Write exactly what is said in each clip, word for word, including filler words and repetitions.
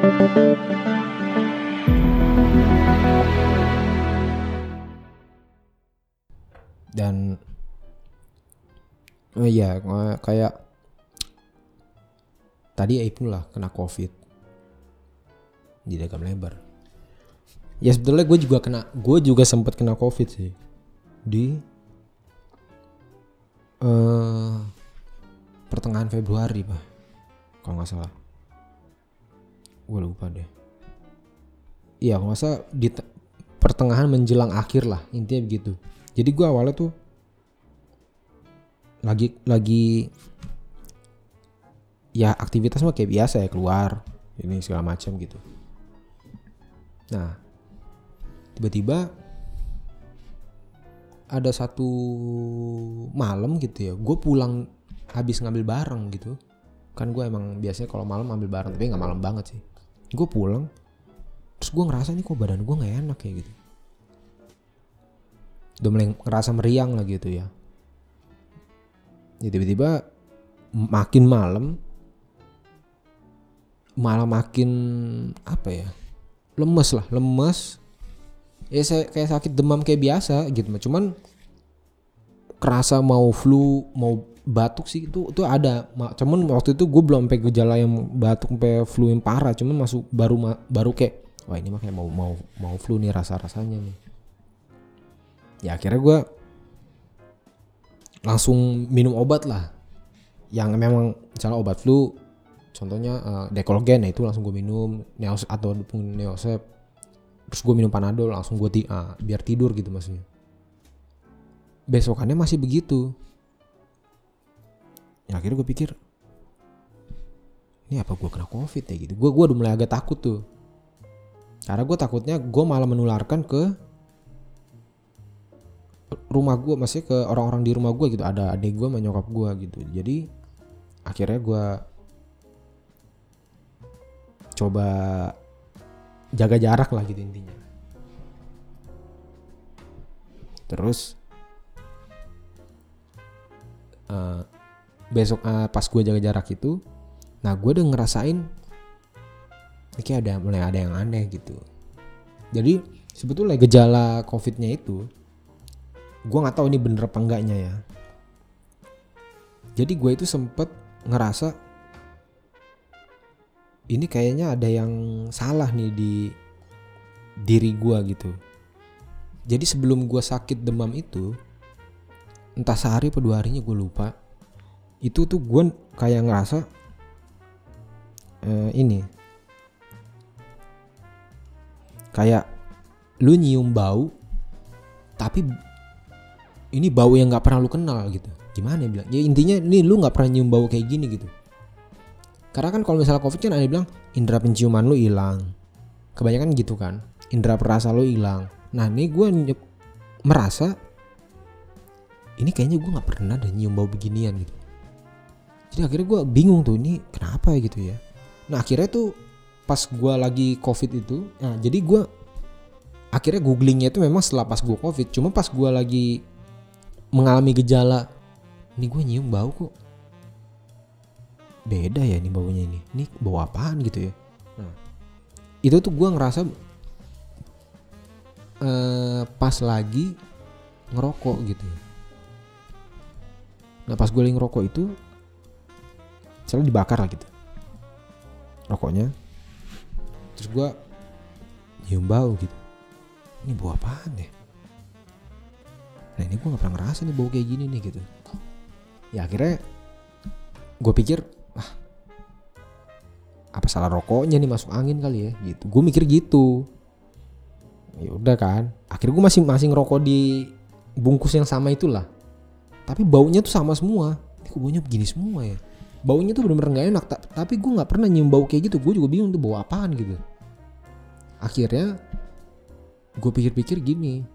Dan oh iya kayak tadi Aibnu lah kena covid di Dagam Lebar. Ya sebetulnya gue juga kena, gue juga sempat kena covid sih di uh, pertengahan Februari pak, kalau nggak salah. Gue lupa deh. Iya kalau nggak salah di te- pertengahan menjelang akhir lah, intinya begitu. Jadi gue awalnya tuh lagi lagi ya aktivitas mah kayak biasa ya, keluar ini segala macam gitu. Nah tiba-tiba ada satu malam gitu ya, gue pulang habis ngambil barang gitu. Kan gue emang biasanya kalau malam ambil barang, tapi nggak malam banget sih. Gue pulang, terus gue ngerasa nih kok badan gue nggak enak kayak gitu. Udah mulai ngerasa meriang lah gitu ya. Ya tiba-tiba makin malam, malah makin apa ya, lemes lah, lemes. Ya saya kayak sakit demam kayak biasa gitu. Cuman kerasa mau flu, mau batuk sih itu itu ada. Cuman waktu itu gue belum sampai gejala yang batuk sampai flu yang parah. Cuman masuk baru baru kayak wah ini mah kayak mau mau mau flu nih rasa-rasanya nih. Ya akhirnya gue langsung minum obat lah. Yang memang misalnya obat flu, contohnya uh, Decologen, nah itu langsung gue minum, Neos atau Neosep. Terus gue minum Panadol, langsung gue ti- uh, biar tidur gitu maksudnya. Besokannya masih begitu. Ya akhirnya gue pikir, ini apa gue kena covid ya gitu. Gue gue udah mulai agak takut tuh. Karena gue takutnya gue malah menularkan ke rumah gue, maksudnya ke orang-orang di rumah gue gitu. Ada adik gue sama nyokap gue gitu. Jadi akhirnya gue coba jaga jarak lah gitu intinya. Terus uh, besok uh, pas gue jaga jarak itu, nah gue udah ngerasain kayak ada mulai ada yang aneh gitu. Jadi sebetulnya gejala covidnya itu gue nggak tahu ini bener apa enggaknya ya. Jadi gue itu sempet ngerasa ini kayaknya ada yang salah nih di diri gue gitu. Jadi sebelum gue sakit demam itu, entah sehari atau dua harinya gue lupa, itu tuh gue kayak ngerasa eh, ini kayak lu nyium bau tapi ini bau yang nggak pernah lu kenal gitu. Gimana ya bilang? Ya intinya ini lu nggak pernah nyium bau kayak gini gitu. Karena kan kalau misalnya covid kan ada yang bilang indera penciuman lu hilang. Kebanyakan gitu kan. Indera perasa lu hilang. Nah ini gue ny- merasa ini kayaknya gue nggak pernah ada nyium bau beginian gitu. Jadi akhirnya gue bingung tuh ini kenapa ya gitu ya. Nah akhirnya tuh pas gue lagi covid itu, nah jadi gue akhirnya googlingnya itu memang setelah pas gue covid. Cuma pas gue lagi mengalami gejala, ini gue nyium bau kok beda ya ini baunya ini. Ini bau apaan gitu ya. Nah, itu tuh gue ngerasa eh, pas lagi ngerokok gitu. Nah pas gue lagi ngerokok itu, misalnya dibakar lah gitu rokoknya, terus gue nyium bau gitu. Ini bau apaan ya? Nah ini gue gak pernah ngerasa nih bau kayak gini nih gitu. Ya akhirnya gue pikir, ah apa salah rokoknya nih masuk angin kali ya gitu. Gue mikir gitu. Ya udah kan. Akhirnya gue masih masih ngerokok di bungkus yang sama itulah. Tapi baunya tuh sama semua. Ini kok baunya begini semua ya. Baunya tuh bener-bener gak enak. Ta- tapi gue gak pernah nyium bau kayak gitu. Gue juga bingung tuh bau apaan gitu. Akhirnya gue pikir-pikir gini,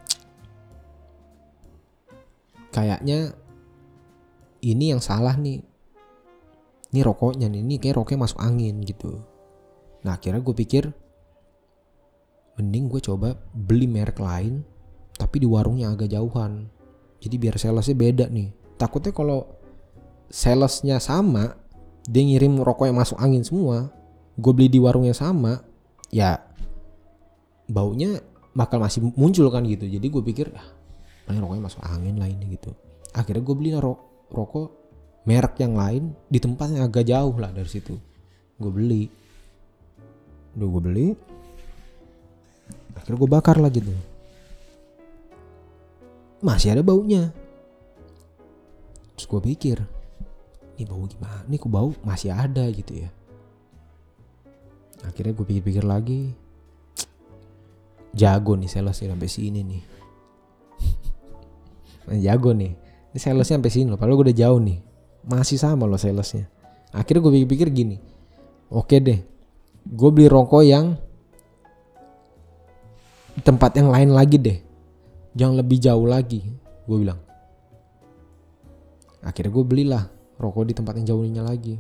kayaknya ini yang salah nih. Ini rokoknya nih, ini kayak rokoknya masuk angin gitu. Nah akhirnya gue pikir mending gue coba beli merek lain tapi di warungnya agak jauhan. Jadi biar salesnya beda nih. Takutnya kalau salesnya sama, dia ngirim rokok yang masuk angin semua, gue beli di warung yang sama, ya baunya bakal masih muncul kan gitu. Jadi gue pikir ah, paling rokoknya masuk angin lah ini gitu. Akhirnya gue beli ro- rokok merek yang lain di tempat yang agak jauh lah dari situ. Gue beli, udah gue beli, akhirnya gue bakar lah gitu. Masih ada baunya. Terus gue pikir, ini bau gimana? Ini kok bau masih ada gitu ya. Akhirnya gue pikir-pikir lagi, jago nih salesnya sampai sini nih. Jago nih, ini salesnya sampai sini loh. Padahal gue udah jauh nih, masih sama loh salesnya. Akhirnya gue pikir-pikir gini, oke deh, gue beli rokok yang tempat yang lain lagi deh, yang lebih jauh lagi, gue bilang. Akhirnya gue belilah rokok di tempat yang jauhnya lagi.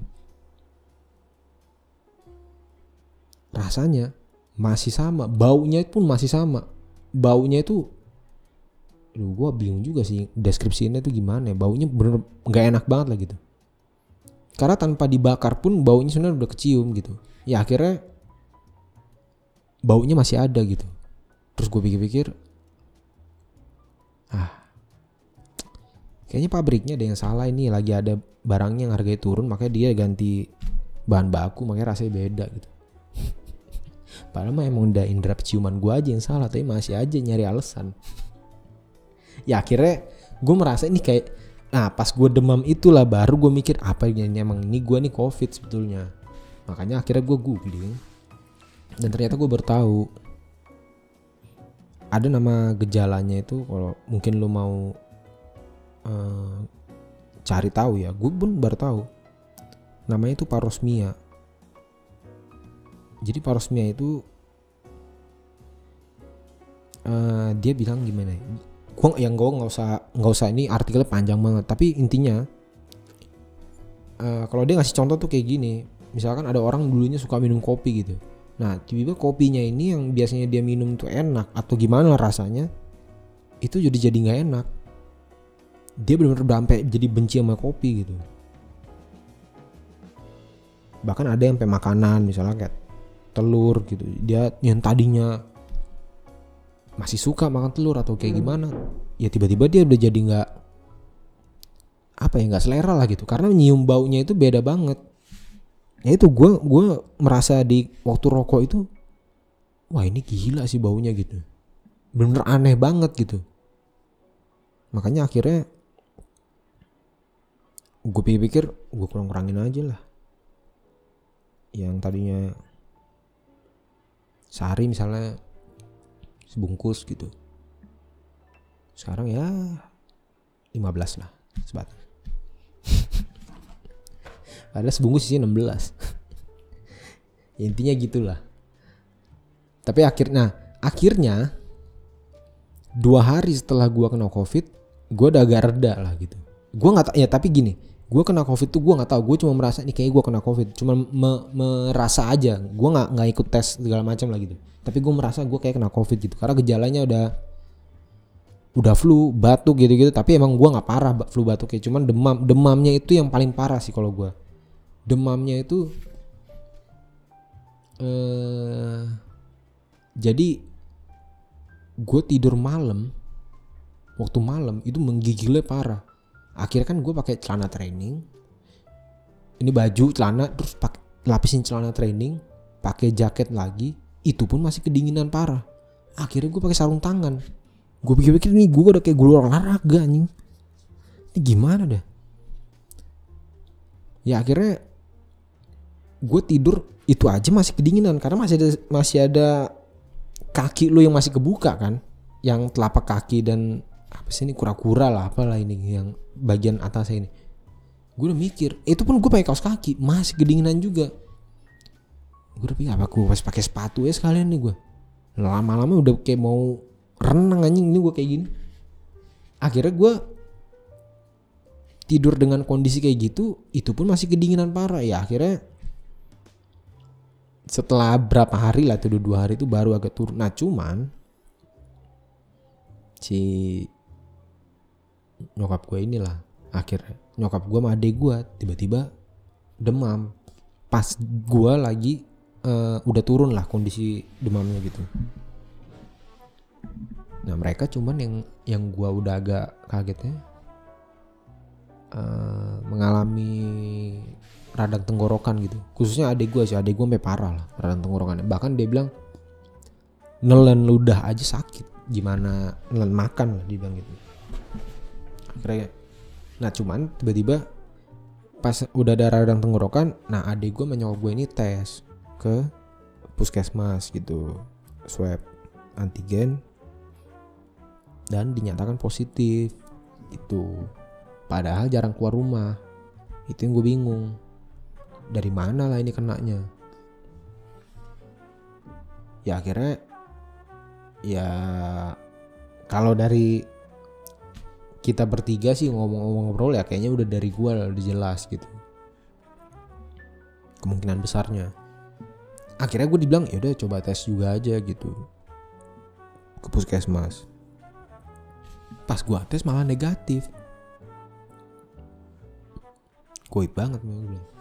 Rasanya masih sama, baunya pun masih sama. Baunya itu, aduh gue bingung juga sih deskripsinya itu gimana ya. Baunya bener gak enak banget lah gitu. Karena tanpa dibakar pun baunya sebenarnya udah kecium gitu. Ya akhirnya baunya masih ada gitu. Terus gue pikir-pikir, ah kayaknya pabriknya ada yang salah ini. Lagi ada barangnya yang harganya turun, makanya dia ganti bahan baku, makanya rasanya beda gitu. Padahal mah emang udah indera penciuman gue aja yang salah, tapi masih aja nyari alasan. Ya akhirnya gue merasa ini kayak, nah pas gue demam itulah baru gue mikir apa ini emang ini gue nih covid sebetulnya. Makanya akhirnya gue googling dan ternyata gue baru tahu ada nama gejalanya itu. Kalau mungkin lo mau uh, cari tahu ya, gue pun baru tahu namanya itu parosmia. Jadi parosmia itu uh, dia bilang gimana ya? Gue yang gue nggak usah nggak usah ini artikelnya panjang banget. Tapi intinya uh, kalau dia ngasih contoh tuh kayak gini. Misalkan ada orang dulunya suka minum kopi gitu. Nah tiba-tiba kopinya ini yang biasanya dia minum tuh enak atau gimana rasanya, itu jadi jadi nggak enak. Dia benar-benar sampai jadi benci sama kopi gitu. Bahkan ada yang sampai makanan misalnya kayak telur gitu, dia yang tadinya masih suka makan telur atau kayak gimana, ya tiba-tiba dia udah jadi nggak apa ya nggak selera lah gitu, karena nyium baunya itu beda banget. Ya itu gue gue merasa di waktu rokok itu, wah ini gila sih baunya gitu, bener-bener aneh banget gitu. Makanya akhirnya gue pikir-pikir gue kurang-kurangin aja lah. Yang tadinya sehari misalnya sebungkus gitu, sekarang ya lima belas lah sebatang. Padahal sebungkus isinya enam belas. Ya, intinya gitulah. Tapi akhirnya akhirnya dua hari setelah gue kena covid, gue udah agak reda lah gitu. Gue nggak ya tapi gini, gue kena covid tuh gue nggak tahu, gue cuma merasa nih kayak gue kena covid, cuma me- merasa aja, gue nggak nggak ikut tes segala macam lah gitu. Tapi gue merasa gue kayak kena covid gitu, karena gejalanya udah udah flu, batuk gitu-gitu. Tapi emang gue nggak parah flu batuknya, cuman demam demamnya itu yang paling parah sih kalau gue. Demamnya itu eh, jadi gue tidur malam, waktu malam itu menggigilnya parah. Akhirnya kan gue pakai celana training, ini baju celana terus pakai lapisin celana training, pakai jaket lagi, itu pun masih kedinginan parah. Akhirnya gue pakai sarung tangan. Gue pikir-pikir nih gue udah kayak gue olahraga anjing. Ini gimana dah? Ya akhirnya gue tidur itu aja masih kedinginan karena masih ada masih ada kaki lu yang masih kebuka kan, yang telapak kaki dan apa sih ini kura-kura lah apalah ini yang bagian atasnya ini. Gue udah mikir, itu pun gue pakai kaos kaki masih kedinginan juga. Gue udah pikir apa gue pas pakai sepatu ya sekalian nih gue. Lama-lama udah kayak mau renang anjing ini gue kayak gini. Akhirnya gue tidur dengan kondisi kayak gitu, itu pun masih kedinginan parah. Ya akhirnya setelah berapa hari lah tuh dua hari itu baru agak turun. Nah cuman si nyokap gue inilah akhirnya nyokap gue sama adek gue tiba-tiba demam pas gue lagi uh, udah turun lah kondisi demamnya gitu. Nah mereka cuman yang yang gue udah agak kagetnya uh, mengalami radang tenggorokan gitu. Khususnya adik gue sih, adik gue sampai parah lah radang tenggorokan. Bahkan dia bilang nelen ludah aja sakit, gimana nelen makan lah dia bilang gitu. Akhirnya, nah cuman tiba-tiba pas udah ada radang tenggorokan, nah adik gue menyokap gue ini tes ke puskesmas gitu, swab antigen dan dinyatakan positif gitu. Padahal jarang keluar rumah. Itu yang gue bingung, dari mana lah ini kenanya. Ya akhirnya ya kalau dari kita bertiga sih ngomong-ngobrol ya kayaknya udah dari gue lah, udah jelas gitu kemungkinan besarnya. Akhirnya gue dibilang ya udah coba tes juga aja gitu ke puskesmas. Pas gue tes malah negatif. Goib banget gue bilang.